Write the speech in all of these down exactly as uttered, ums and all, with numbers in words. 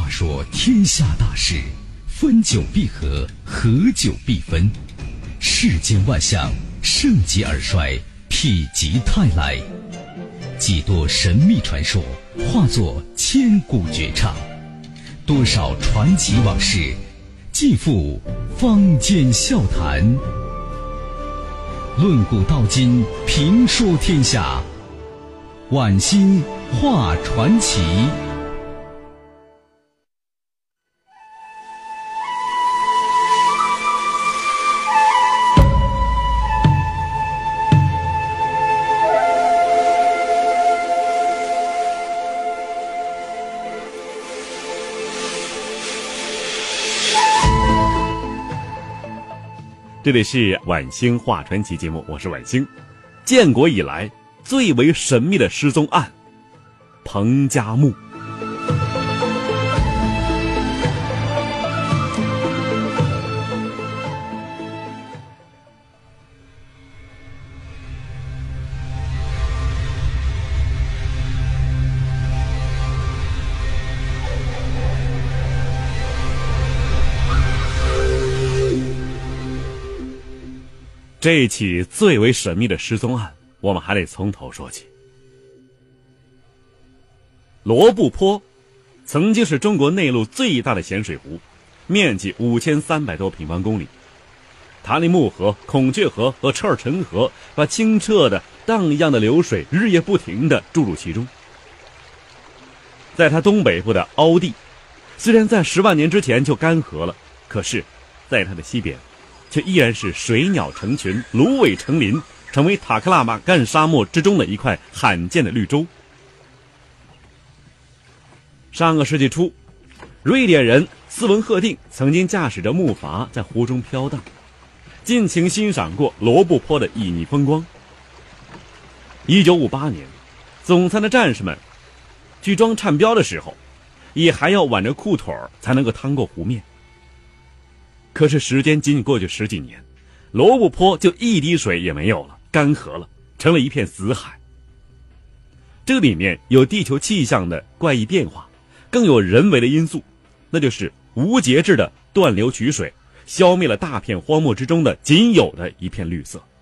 说天下大事，分久必合，合久必分。世间万象，盛极而衰，否极泰来。几多神秘传说化作千古绝唱，多少传奇往事尽付坊间笑谈。论古道今，评说天下，晚星话传奇。 这里是晚星话传奇节目，我是晚星。建国以来最为神秘的失踪案——彭加木。这起最为神秘的失踪案，我们还得从头说起。罗布泊曾经是中国内陆最大的咸水湖，面积五千三百多平方公里。塔里木河、孔雀河和车尔臣河把清澈的荡漾的流水日夜不停地注入其中。在它东北部的凹地，虽然在十万年之前就干涸了，可是在它的西边却依然是水鸟成群，芦苇成林，成为塔克拉玛干沙漠之中的一块罕见的绿洲。上个世纪初，瑞典人斯文赫定曾经驾驶着木筏在湖中飘荡，尽情欣赏过罗布泊的旖旎风光。一九五八年，总参的战士们去装颤标的时候，也还要挽着裤腿才能够趟过湖面。可是时间仅仅过去十几年，罗布泊就一滴水也没有了，干涸了，成了一片死海。这里面有地球气象的怪异变化，更有人为的因素，那就是无节制的断流取水，消灭了大片荒漠之中的仅有的一片绿色。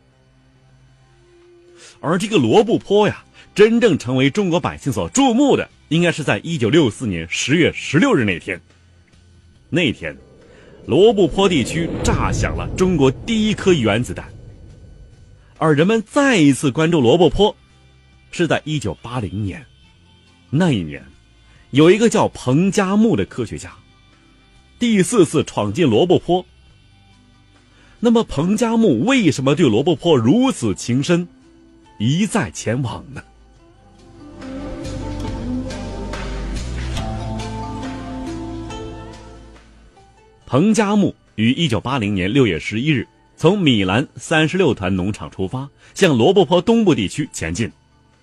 而这个罗布泊呀，真正成为中国百姓所注目的，应该是在一九六四年十月十六日那天。那天罗布泊地区炸响了中国第一颗原子弹，而人们再一次关注罗布泊是在一九八零年。那一年，有一个叫彭加木的科学家第四次闯进罗布泊。那么彭加木为什么对罗布泊如此情深，一再前往呢？彭加木于一九八零年六月十一日从米兰三十六团农场出发，向罗布泊东部地区前进。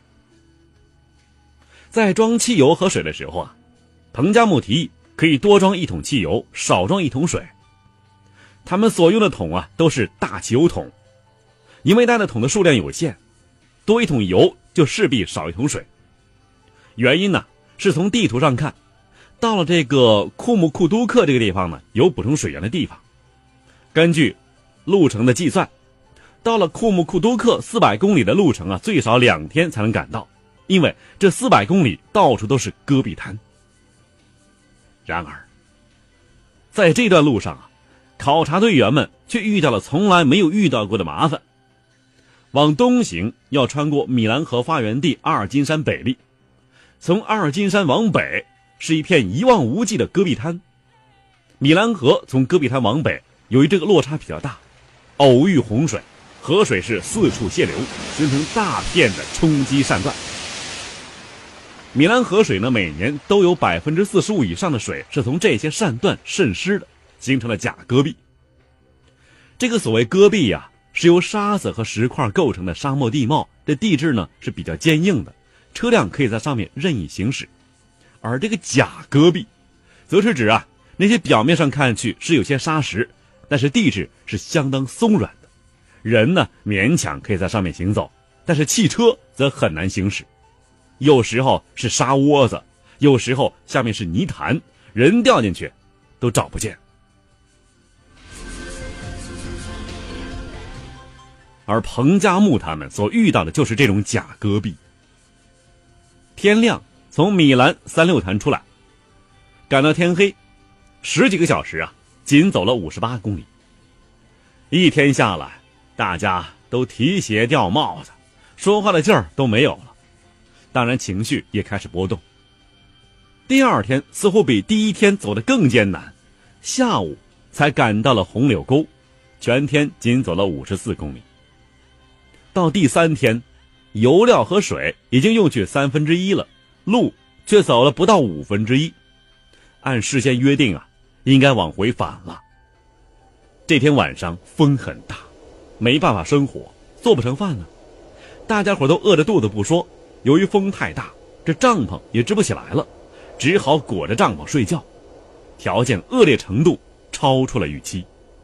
在装汽油和水的时候啊，彭加木提议可以多装一桶汽油，少装一桶水。他们所用的桶啊都是大汽油桶，因为带的桶的数量有限，多一桶油就势必少一桶水。原因呢，是从地图上看，到了这个库木库都克这个地方呢，有补充水源的地方。根据路程的计算，到了库木库都克四百公里的路程啊，最少两天才能赶到，因为这四百公里到处都是戈壁滩。然而，在这段路上啊，考察队员们却遇到了从来没有遇到过的麻烦。往东行要穿过米兰河发源地阿尔金山北麓，从阿尔金山往北是一片一望无际的戈壁滩。米兰河从戈壁滩往北，由于这个落差比较大，偶遇洪水，河水是四处泄流，形成大片的冲击扇段。米兰河水呢，每年都有百分之四十五以上的水是从这些扇段渗湿的，形成了假戈壁。这个所谓戈壁呀、啊，是由沙子和石块构成的沙漠地貌，这地质呢是比较坚硬的，车辆可以在上面任意行驶。而这个假戈壁，则是指啊那些表面上看去是有些沙石，但是地质是相当松软的，人呢勉强可以在上面行走，但是汽车则很难行驶。有时候是沙窝子，有时候下面是泥潭， 人掉进去都找不见。而彭加木他们所遇到的就是这种假戈壁。天亮从米兰三六潭出来，赶到天黑，十几个小时啊，仅走了五十八公里。一天下来，大家都提鞋掉帽子，说话的劲儿都没有了，当然情绪也开始波动。第二天似乎比第一天走得更艰难，下午才赶到了红柳沟，全天仅走了五十四公里。到第三天，油料和水已经用去三分之一了，路却走了不到五分之一。按事先约定啊，应该往回返了。这天晚上风很大，没办法生火，做不成饭呢。大家伙都饿着肚子不说，由于风太大，这帐篷也支不起来了，只好裹着帐篷睡觉，条件恶劣程度超出了预期。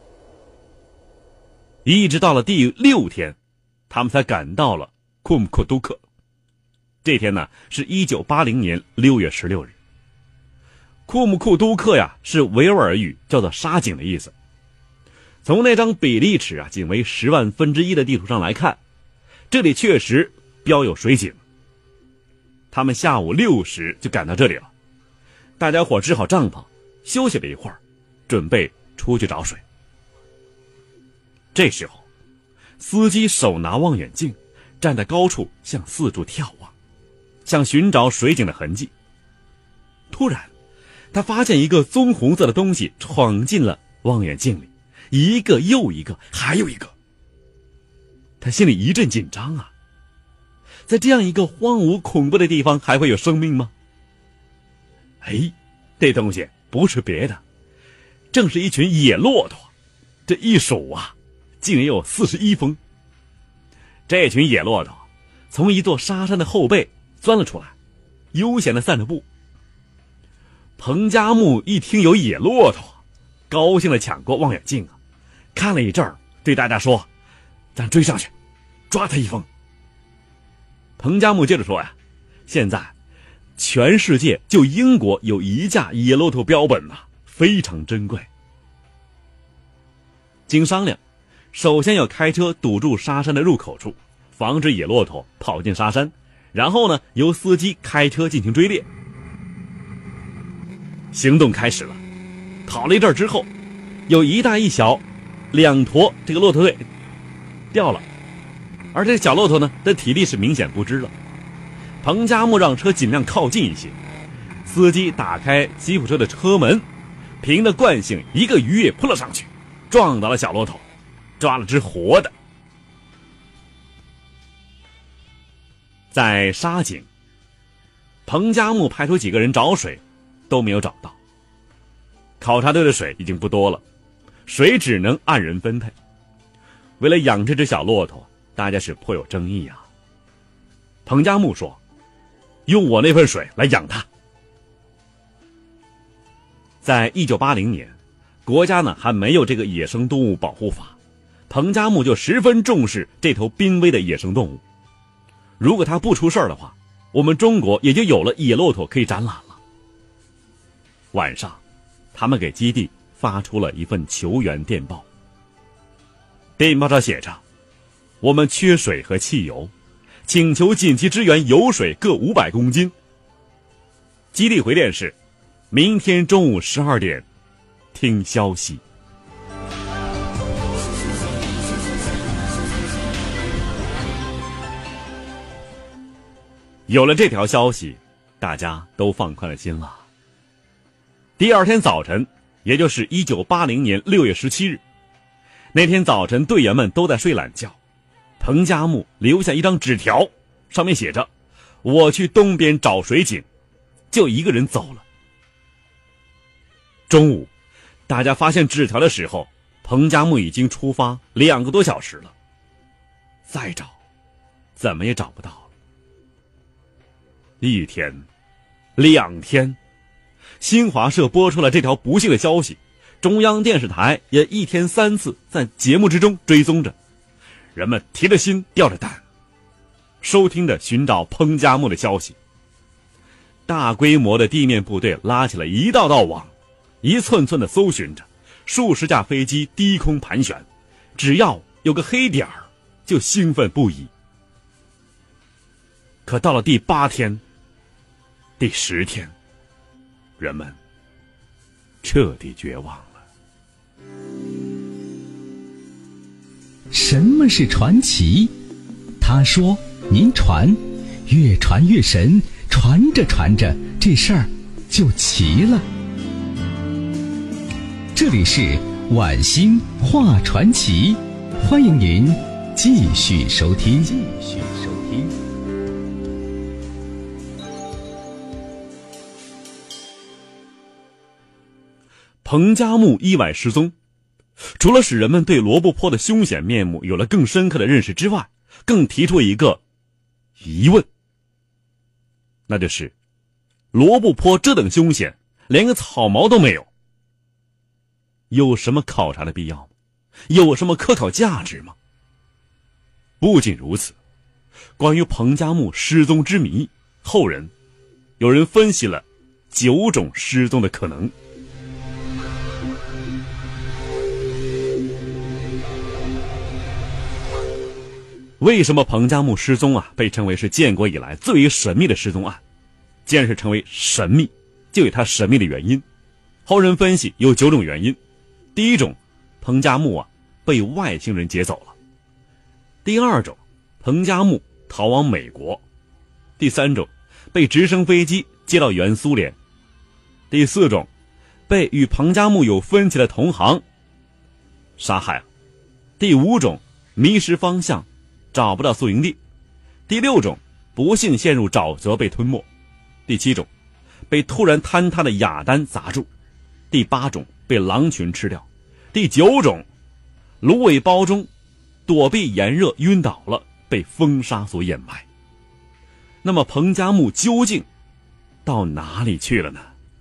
一直到了第六天，他们才赶到了库姆库都克。这天呢，是一九八零年六月十六日。库姆库都克呀，是维吾尔语叫做沙井的意思。从那张比例尺啊，仅为十万分之一的地图上来看，这里确实标有水井。他们下午六时就赶到这里了，大家伙支好帐篷，休息了一会儿，准备出去找水。这时候，司机手拿望远镜，站在高处向四处眺望，想寻找水井的痕迹。突然，他发现一个棕红色的东西闯进了望远镜里，一个又一个，还有一个。他心里一阵紧张啊，在这样一个荒芜恐怖的地方还会有生命吗？哎，这东西不是别的，正是一群野骆驼，这一数啊，竟有四十一峰。这群野骆驼从一座沙山的后背钻了出来，悠闲地散着步。彭加木一听有野骆驼，高兴地抢过望远镜啊，看了一阵儿，对大家说：“咱追上去，抓他一峰。”彭加木接着说呀：“现在全世界就英国有一架野骆驼标本呐、啊，非常珍贵。”经商量，首先要开车堵住沙山的入口处，防止野骆驼跑进沙山，然后呢，由司机开车进行追猎。行动开始了，跑了一阵之后，有一大一小两坨这个骆驼队掉了，而这个小骆驼呢的体力是明显不支了。彭加木让车尽量靠近一些，司机打开吉普车的车门，凭着惯性一个鱼跃扑了上去，撞到了小骆驼，抓了只活的。在沙井，彭加木派出几个人找水，都没有找到。考察队的水已经不多了，水只能按人分配。为了养这只小骆驼，大家是颇有争议啊。彭加木说：“用我那份水来养它。”在一九八零年，国家呢还没有这个野生动物保护法，彭加木就十分重视这头濒危的野生动物。如果它不出事儿的话，我们中国也就有了野骆驼可以展览了。晚上，他们给基地发出了一份求援电报。电报上写着：“我们缺水和汽油，请求紧急支援油水各五百公斤。”基地回电是：“明天中午十二点，听消息。”有了这条消息，大家都放宽了心了。第二天早晨，也就是一九八零年六月十七日，那天早晨队员们都在睡懒觉，彭加木留下一张纸条，上面写着：“我去东边找水井。”就一个人走了。中午，大家发现纸条的时候，彭加木已经出发两个多小时了。再找，怎么也找不到了。一天，两天，新华社播出了这条不幸的消息，中央电视台也一天三次在节目之中追踪着，人们提着心吊着胆，收听着寻找彭加木的消息。 大规模的地面部队拉起了一道道网，一寸寸的搜寻着，数十架飞机低空盘旋，只要有个黑点儿就兴奋不已。可到了第八天、第十天，人们彻底绝望了。 什么是传奇？他说您传，越传越神，传着传着这事儿就齐了。这里是晚星话传奇，欢迎您继续收听。继续收听。 彭加木意外失踪，除了使人们对罗布泊的凶险面目有了更深刻的认识之外，更提出一个疑问，那就是罗布泊这等凶险，连个草毛都没有，有什么考察的必要吗？有什么科考价值吗？不仅如此，关于彭加木失踪之谜，后人有人分析了九种失踪的可能。为什么彭加木失踪啊被称为是建国以来最为神秘的失踪案？既然是成为神秘，就有它神秘的原因。后人分析有九种原因。第一种，彭加木啊被外星人劫走了。第二种，彭加木逃往美国。第三种，被直升飞机接到原苏联。第四种，被与彭加木有分歧的同行杀害了。第五种，迷失方向，找不到宿营地。第六种，不幸陷入沼泽被吞没。第七种，被突然坍塌的雅丹砸住。第八种，被狼群吃掉。第九种，芦苇包中躲避炎热晕倒了，被风沙所掩埋。那么彭加木究竟到哪里去了呢？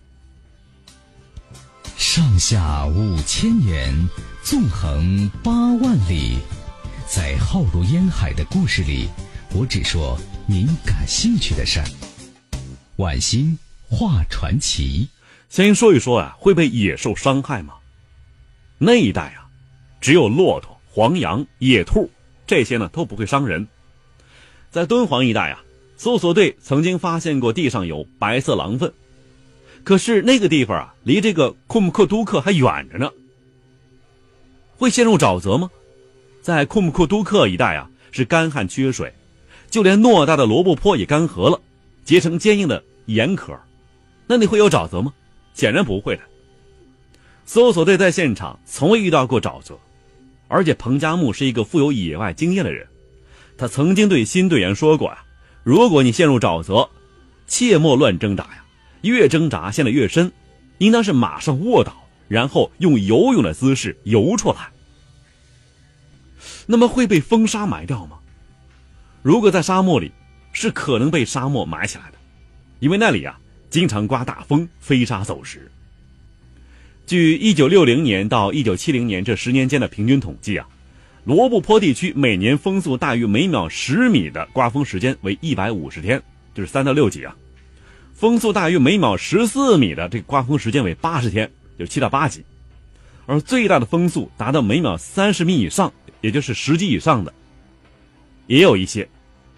上下五千年，纵横八万里，在浩如烟海的故事里，我只说您感兴趣的事儿。晚星话传奇， 先说一说啊，会被野兽伤害吗？那一带啊，只有骆驼、黄羊、野兔，这些呢都不会伤人。在敦煌一带啊，搜索队曾经发现过地上有白色狼粪，可是那个地方啊，离这个库木克都克还远着呢。会陷入沼泽吗？在库木克都克一带啊，是干旱缺水，就连偌大的罗布泊也干涸了，结成坚硬的岩壳。那你会有沼泽吗？显然不会的。搜索队在现场从未遇到过沼泽，而且彭加木是一个富有野外经验的人，他曾经对新队员说过啊，如果你陷入沼泽，切莫乱挣扎呀，越挣扎陷得越深，应当是马上卧倒，然后用游泳的姿势游出来。那么会被风沙埋掉吗？如果在沙漠里，是可能被沙漠埋起来的，因为那里啊经常刮大风，飞沙走石。据一九六零年到一九七零年这十年间的平均统计啊，罗布泊地区每年风速大于每秒十米的刮风时间为一百五十天，就是三到六级啊。风速大于每秒十四米的这个刮风时间为八十天，就七到八级。而最大的风速达到每秒三十米以上，也就是十级以上的也有一些。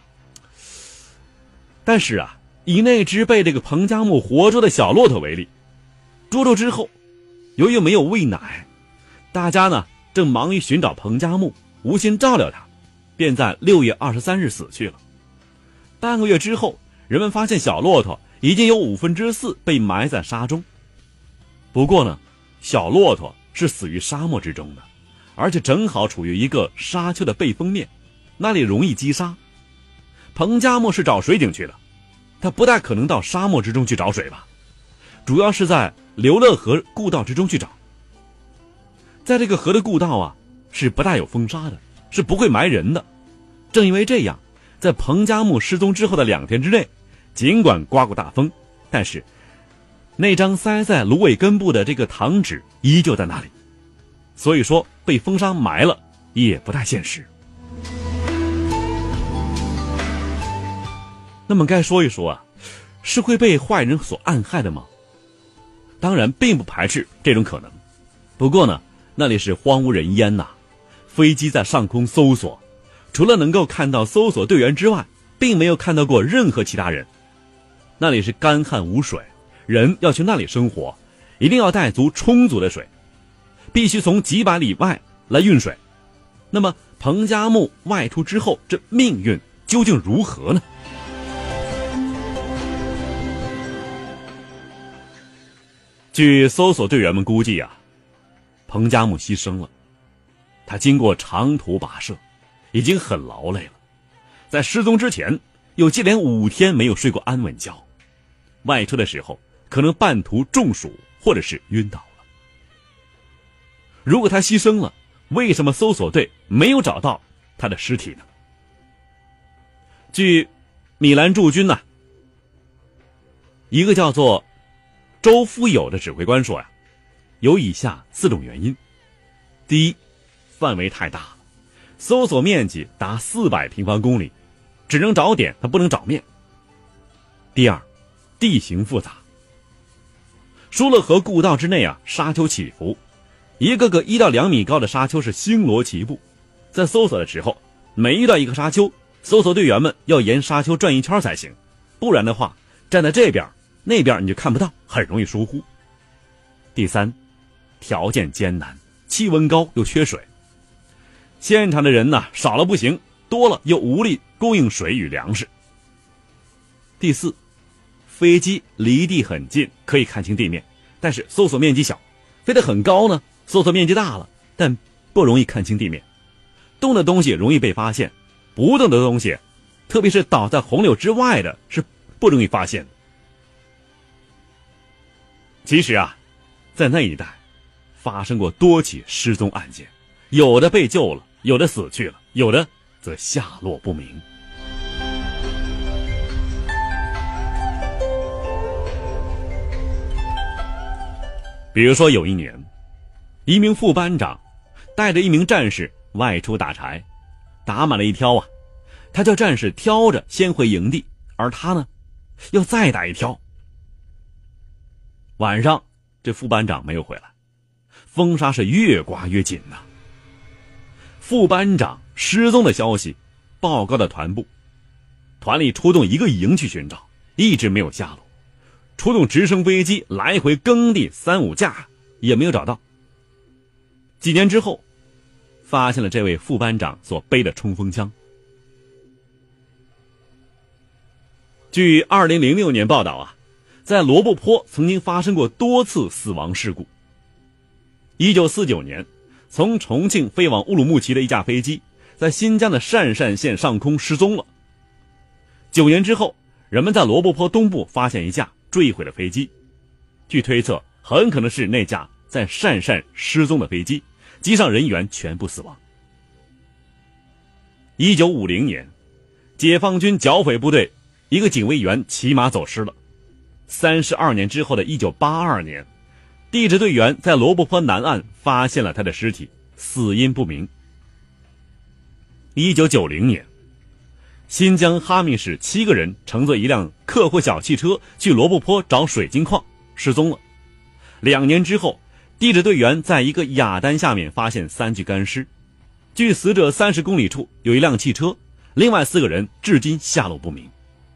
但是啊，以那只被这个彭加木活捉的小骆驼为例，捉住之后，由于没有喂奶，大家呢正忙于寻找彭加木，无心照料他，便在六月二十三日死去了。半个月之后，人们发现小骆驼已经有五分之四被埋在沙中。不过呢，小骆驼是死于沙漠之中的，而且正好处于一个沙丘的背风面，那里容易积沙。彭加木是找水井去的，他不大可能到沙漠之中去找水吧，主要是在刘乐河故道之中去找。在这个河的故道啊，是不大有风沙的，是不会埋人的。正因为这样，在彭加木失踪之后的两天之内，尽管刮过大风，但是那张塞在芦苇根部的这个糖纸依旧在那里，所以说被风沙埋了也不太现实。那么该说一说啊， 是会被坏人所暗害的吗？当然并不排斥这种可能，不过呢，那里是荒无人烟呐，飞机在上空搜索，除了能够看到搜索队员之外，并没有看到过任何其他人。那里是干旱无水，人要去那里生活，一定要带足充足的水，必须从几百里外来运水。那么彭加木外出之后，这命运究竟如何呢？据搜索队员们估计啊，彭加木牺牲了。他经过长途跋涉，已经很劳累了，在失踪之前又接连五天没有睡过安稳觉，外出的时候可能半途中暑或者是晕倒了。如果他牺牲了，为什么搜索队没有找到他的尸体呢？据米兰驻军呢、啊，一个叫做周夫友的指挥官说呀，有以下四种原因。第一，范围太大了，搜索面积达四百平方公里，只能找点，它不能找面。第二，地形复杂，疏勒河故道之内啊，沙丘起伏，一个个一到两米高的沙丘是星罗棋布，在搜索的时候，每遇到一个沙丘，搜索队员们要沿沙丘转一圈才行，不然的话，站在这边那边你就看不到，很容易疏忽。第三，条件艰难，气温高又缺水，现场的人呢少了不行，多了又无力供应水与粮食。第四，飞机离地很近，可以看清地面，但是搜索面积小，飞得很高呢，搜索面积大了，但不容易看清地面。动的东西容易被发现，不动的东西，特别是倒在洪流之外的，是不容易发现的。其实啊，在那一带发生过多起失踪案件，有的被救了，有的死去了，有的则下落不明。比如说有一年，一名副班长带着一名战士外出打柴，打满了一挑啊，他叫战士挑着先回营地，而他呢要再打一挑。晚上这副班长没有回来，风沙是越刮越紧呐、啊。副班长失踪的消息报告到团部，团里出动一个营去寻找，一直没有下落，出动直升飞机来回耕地三五架，也没有找到。几年之后，发现了这位副班长所背的冲锋枪。据二零零六年报道啊，在罗布泊曾经发生过多次死亡事故。一九四九年，从重庆飞往乌鲁木齐的一架飞机在新疆的鄯善县上空失踪了。九年之后，人们在罗布泊东部发现一架坠毁的飞机，据推测很可能是那架在鄯善失踪的飞机，机上人员全部死亡。一九五零年，解放军剿匪部队一个警卫员骑马走失了。三十二年之后的一九八二年，地质队员在罗布泊南岸发现了他的尸体，死因不明。一九九零年，新疆哈密市七个人乘坐一辆客货小汽车去罗布泊找水晶矿，失踪了。两年之后，地质队员在一个雅丹下面发现三具干尸，距死者三十公里处有一辆汽车，另外四个人至今下落不明。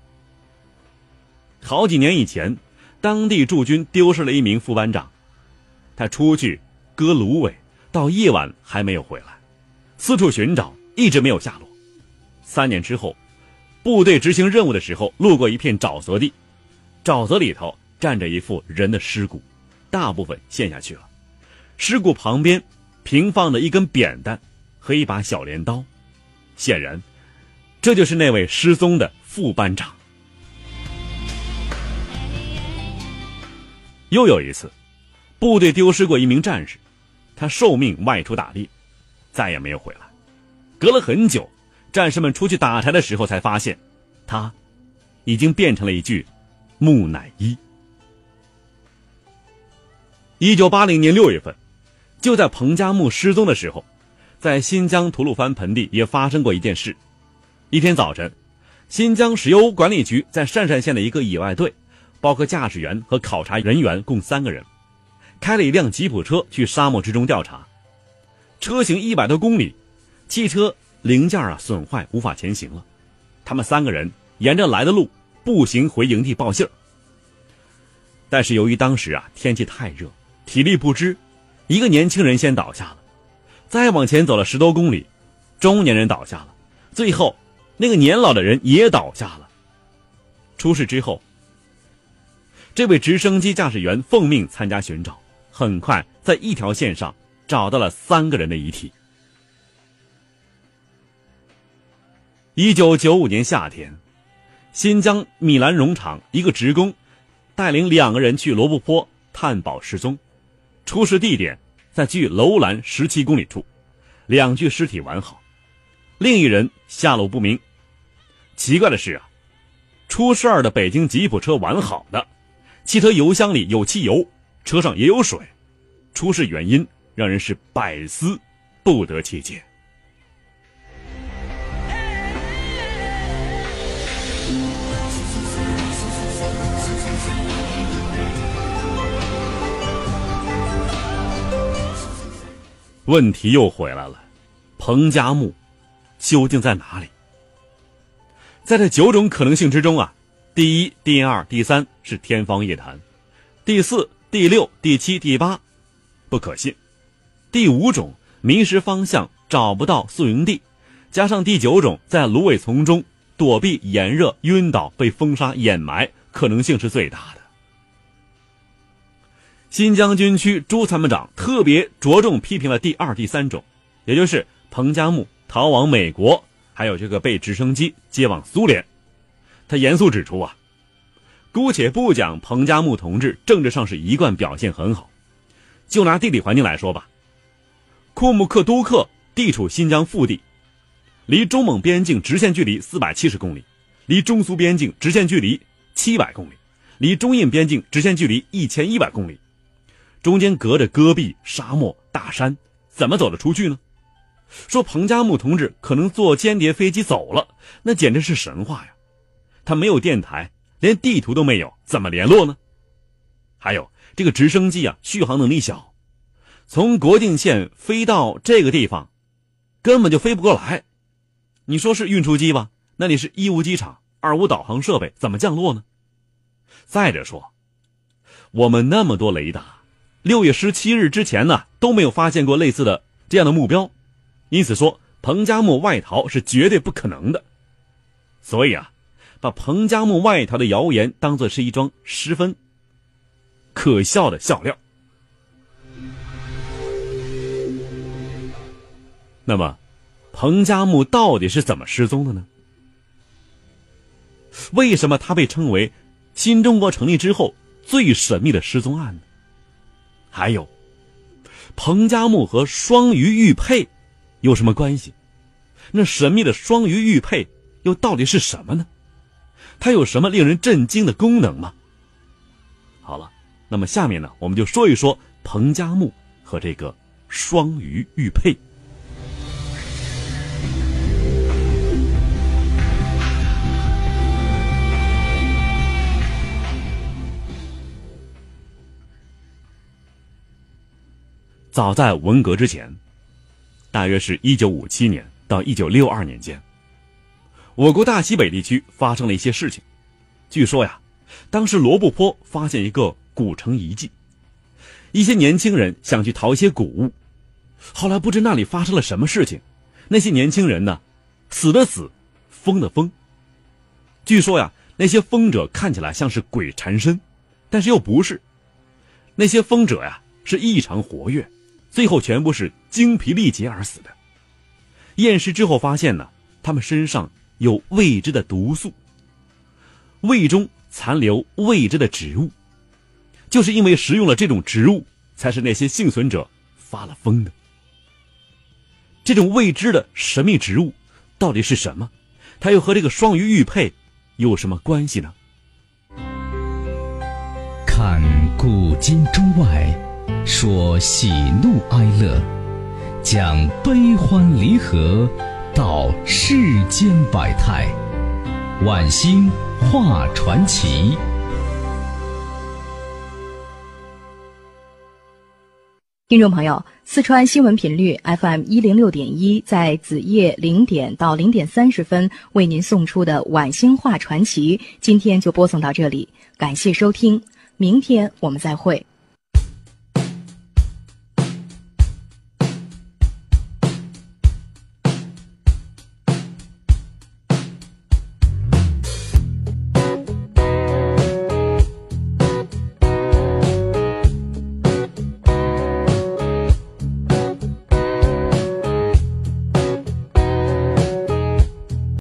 好几年以前，当地驻军丢失了一名副班长，他出去割芦苇，到夜晚还没有回来，四处寻找，一直没有下落。三年之后，部队执行任务的时候路过一片沼泽地，沼泽里头站着一副人的尸骨，大部分陷下去了，尸骨旁边平放着一根扁担和一把小镰刀，显然这就是那位失踪的副班长。又有一次，部队丢失过一名战士，他受命外出打猎，再也没有回来。隔了很久，战士们出去打柴的时候才发现，他已经变成了一具木乃伊。一九八零年六月份，就在彭加木失踪的时候，在新疆吐鲁番盆地也发生过一件事。一天早晨，新疆石油管理局在鄯善县的一个野外队包括驾驶员和考察人员共三个人，开了一辆吉普车去沙漠之中调查。车行一百多公里，汽车零件啊损坏，无法前行了。他们三个人沿着来的路步行回营地报信儿。但是由于当时啊天气太热，体力不支，一个年轻人先倒下了，再往前走了十多公里，中年人倒下了，最后那个年老的人也倒下了。出事之后，这位直升机驾驶员奉命参加寻找，很快在一条线上找到了三个人的遗体。一九九五年夏天，新疆米兰农场一个职工带领两个人去罗布泊探宝失踪，出事地点在距楼兰十七公里处，两具尸体完好，另一人下落不明。奇怪的是啊，出事儿的北京吉普车完好的，汽车油箱里有汽油，车上也有水，出事原因让人是百思不得其解。问题又回来了，彭加木究竟在哪里？在这九种可能性之中啊，第一、第二、第三是天方夜谭，第四、第六、第七、第八不可信，第五种迷失方向找不到宿营地，加上第九种在芦苇丛中躲避炎热晕倒被风沙掩埋，可能性是最大的。新疆军区朱参谋长特别着重批评了第二、第三种，也就是彭加木逃往美国，还有这个被直升机接往苏联。他严肃指出啊，姑且不讲彭加木同志政治上是一贯表现很好，就拿地理环境来说吧，库木克都克地处新疆腹地，离中蒙边境直线距离四百七十公里，离中苏边境直线距离七百公里，离中印边境直线距离一千一百公里，中间隔着戈壁、沙漠、大山，怎么走得出去呢？说彭加木同志可能坐间谍飞机走了，那简直是神话呀！他没有电台，连地图都没有，怎么联络呢？还有这个直升机啊，续航能力小，从国境线飞到这个地方根本就飞不过来。你说是运输机吧，那里是一无机场，二无导航设备，怎么降落呢？再者说，我们那么多雷达，六月十七日之前呢都没有发现过类似的这样的目标，因此说彭加木外逃是绝对不可能的。所以啊，把彭加木外逃的谣言当作是一桩十分可笑的笑料。那么彭加木到底是怎么失踪的呢？为什么他被称为新中国成立之后最神秘的失踪案呢？还有彭加木和双鱼玉佩有什么关系？那神秘的双鱼玉佩又到底是什么呢？它有什么令人震惊的功能吗？好了，那么下面呢，我们就说一说彭加木和这个双鱼玉佩。早在文革之前，大约是一九五七年到一九六二年间，我国大西北地区发生了一些事情。据说呀，当时罗布泊发现一个古城遗迹，一些年轻人想去淘一些古物，后来不知那里发生了什么事情，那些年轻人呢，死的死，疯的疯。据说呀，那些疯者看起来像是鬼缠身，但是又不是。那些疯者呀，是异常活跃，最后全部是精疲力竭而死的。验尸之后发现呢，他们身上有未知的毒素，胃中残留未知的植物，就是因为食用了这种植物，才是那些幸存者发了疯的。这种未知的神秘植物到底是什么？它又和这个双鱼玉佩有什么关系呢？ 看古今中外，说喜怒哀乐，讲悲欢离合，道世间百态，晚星画传奇。 听众朋友，四川新闻频率 F M 一零六点一在子夜零点到零点三十分为您送出的晚星话传奇，今天就播送到这里，感谢收听，明天我们再会。